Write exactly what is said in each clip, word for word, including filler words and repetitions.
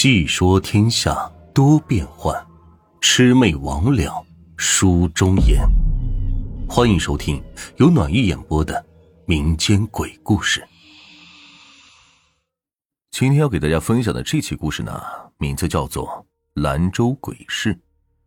细说天下多变幻，魑魅魍魉书中言。欢迎收听由暖玉演播的民间鬼故事。今天要给大家分享的这期故事呢，名字叫做兰州鬼市。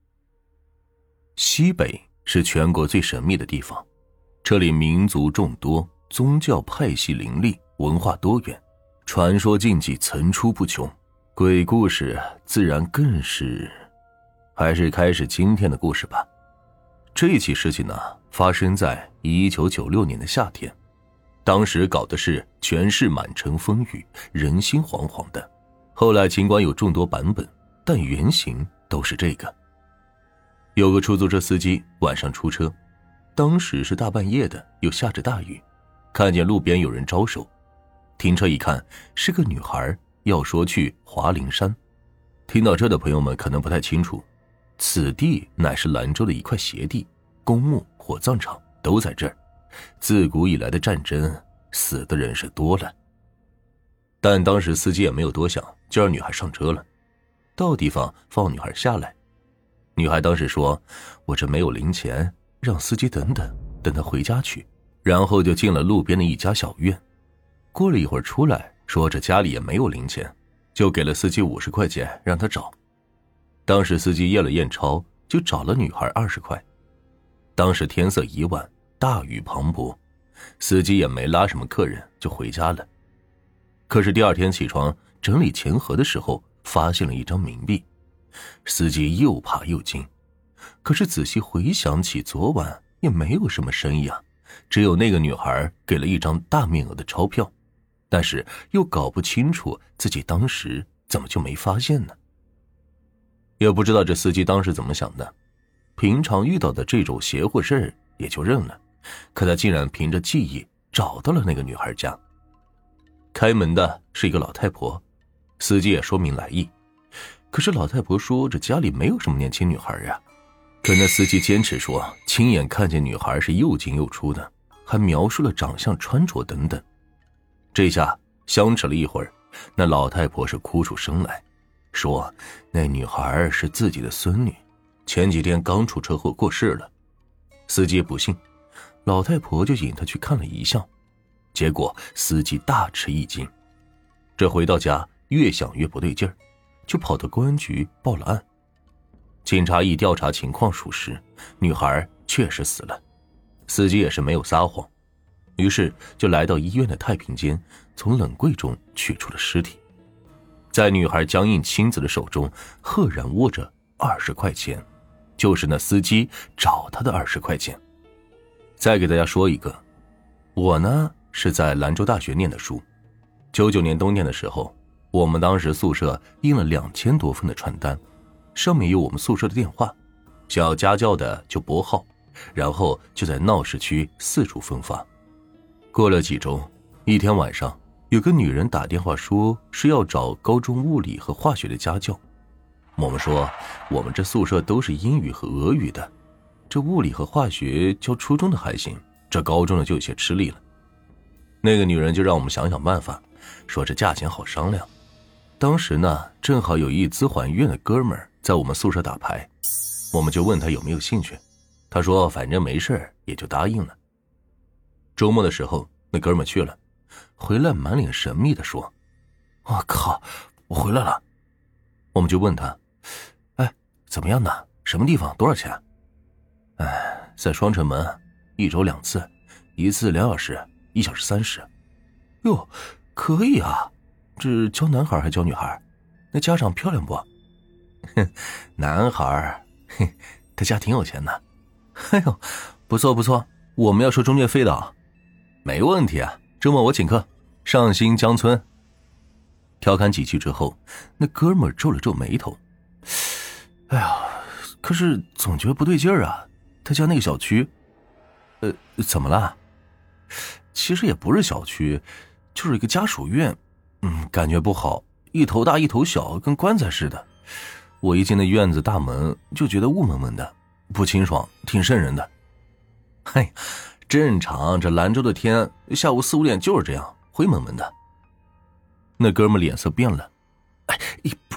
西北是全国最神秘的地方，这里民族众多，宗教派系林立，文化多元，传说禁忌层出不穷，鬼故事自然更是。还是开始今天的故事吧。这起事情呢，发生在一九九六年的夏天，当时搞的是全市满城风雨，人心惶惶的。后来尽管有众多版本，但原型都是这个。有个出租车司机晚上出车，当时是大半夜的，又下着大雨，看见路边有人招手，停车一看，是个女孩，要说去华灵山。听到这的朋友们可能不太清楚，此地乃是兰州的一块邪地，公墓、火葬场都在这儿。自古以来的战争，死的人是多了。但当时司机也没有多想，就让女孩上车了。到地方放女孩下来，女孩当时说：“我这没有零钱，让司机等等，等她回家去。”然后就进了路边的一家小院。过了一会儿出来，说这家里也没有零钱，就给了司机五十块钱让他找。当时司机验了验钞，就找了女孩二十块。当时天色已晚，大雨磅礴，司机也没拉什么客人，就回家了。可是第二天起床整理钱盒的时候，发现了一张冥币，司机又怕又惊。可是仔细回想起昨晚也没有什么生意啊，只有那个女孩给了一张大面额的钞票，但是又搞不清楚自己当时怎么就没发现呢？也不知道这司机当时怎么想的，平常遇到的这种邪乎事儿也就认了，可他竟然凭着记忆找到了那个女孩家。开门的是一个老太婆，司机也说明来意，可是老太婆说这家里没有什么年轻女孩啊。可那司机坚持说亲眼看见女孩是又进又出的，还描述了长相、穿着等等。这下相持了一会儿，那老太婆是哭出声来，说那女孩是自己的孙女，前几天刚出车祸过世了。司机不信，老太婆就引他去看了遗像，结果司机大吃一惊。这回到家越想越不对劲儿，就跑到公安局报了案。警察一调查情况属实，女孩确实死了，司机也是没有撒谎，于是就来到医院的太平间，从冷柜中取出了尸体。在女孩僵硬青子的手中，赫然握着二十块钱，就是那司机找他的二十块钱。再给大家说一个，我呢是在兰州大学念的书，九九年冬天的时候，我们当时宿舍印了两千多份的传单，上面有我们宿舍的电话，想要家教的就拨号，然后就在闹市区四处分发。过了几周，一天晚上，有个女人打电话说是要找高中物理和化学的家教。我们说我们这宿舍都是英语和俄语的，这物理和化学教初中的还行，这高中的就有些吃力了。那个女人就让我们想想办法，说这价钱好商量。当时呢，正好有一资环院的哥们儿在我们宿舍打牌，我们就问他有没有兴趣，他说反正没事，也就答应了。周末的时候，那哥们儿去了，回来满脸神秘地说：“我靠，我回来了。”我们就问他：“哎，怎么样呢？什么地方？多少钱？”哎，在双城门，一周两次，一次两小时，一小时三十。哟，可以啊！这教男孩还教女孩？那家长漂亮不？哼，男孩，哼，他家挺有钱的。哎呦，不错不错，我们要收中介费的啊。没问题啊，周末我请客，上新江村。调侃几句之后，那哥们儿皱了皱眉头。哎呀，可是总觉得不对劲儿啊，他家那个小区，呃，怎么了？其实也不是小区，就是一个家属院，嗯，感觉不好，一头大一头小，跟棺材似的。我一进那院子大门，就觉得雾蒙蒙的，不清爽，挺瘆人的。嘿，正常，这兰州的天下午四五点就是这样，灰蒙蒙的。那哥们脸色变了，哎，不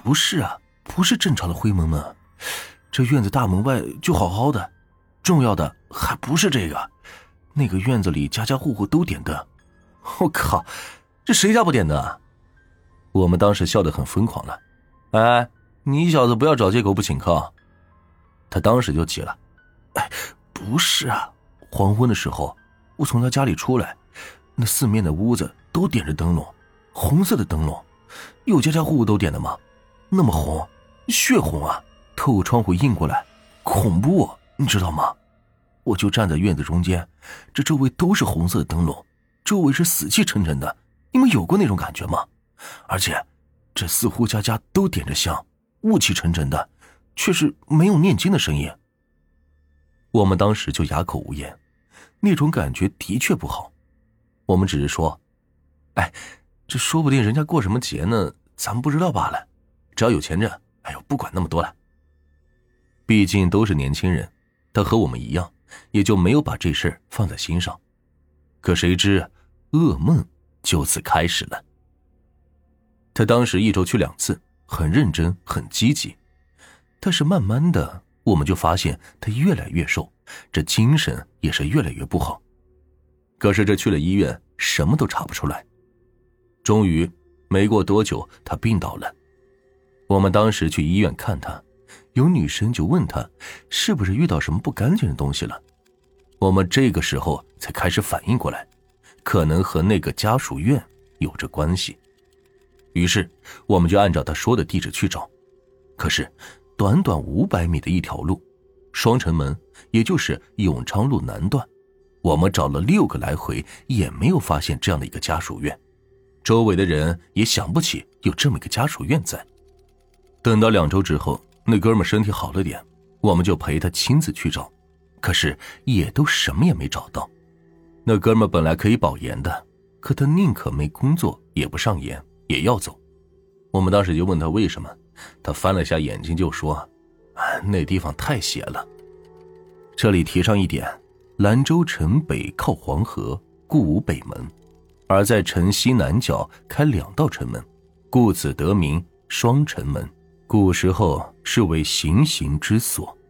不是啊，不是正常的灰蒙蒙，这院子大门外就好好的，重要的还不是这个，那个院子里家家户户都点灯。我靠，这谁家不点灯啊？我们当时笑得很疯狂了。哎，你小子不要找借口不请客啊。他当时就急了。哎，不是啊，黄昏的时候我从他家里出来，那四面的屋子都点着灯笼，红色的灯笼，有家家户户都点的吗？那么红，血红啊，透窗户映过来，恐怖啊，你知道吗？我就站在院子中间，这周围都是红色的灯笼，周围是死气沉沉的，你们有过那种感觉吗？而且这四户家家都点着香，雾气沉沉的，却是没有念经的声音。我们当时就哑口无言，那种感觉的确不好。我们只是说，哎，这说不定人家过什么节呢，咱们不知道罢了，只要有钱挣，哎呦，不管那么多了。毕竟都是年轻人，他和我们一样，也就没有把这事放在心上。可谁知噩梦就此开始了。他当时一周去两次，很认真很积极，但是慢慢的我们就发现他越来越瘦，这精神也是越来越不好。可是这去了医院什么都查不出来。终于没过多久他病倒了。我们当时去医院看他，有女生就问他是不是遇到什么不干净的东西了。我们这个时候才开始反应过来，可能和那个家属院有着关系。于是我们就按照他说的地址去找。可是短短五百米的一条路，双城门，也就是永昌路南段，我们找了六个来回也没有发现这样的一个家属院，周围的人也想不起有这么一个家属院在。等到两周之后，那哥们身体好了点，我们就陪他亲自去找，可是也都什么也没找到。那哥们本来可以保研的，可他宁可没工作也不上研，也要走。我们当时就问他为什么，他翻了下眼睛就说，那地方太邪了。这里提上一点，兰州城北靠黄河，故无北门，而在城西南角开两道城门，故此得名双城门，古时候是为行刑之所。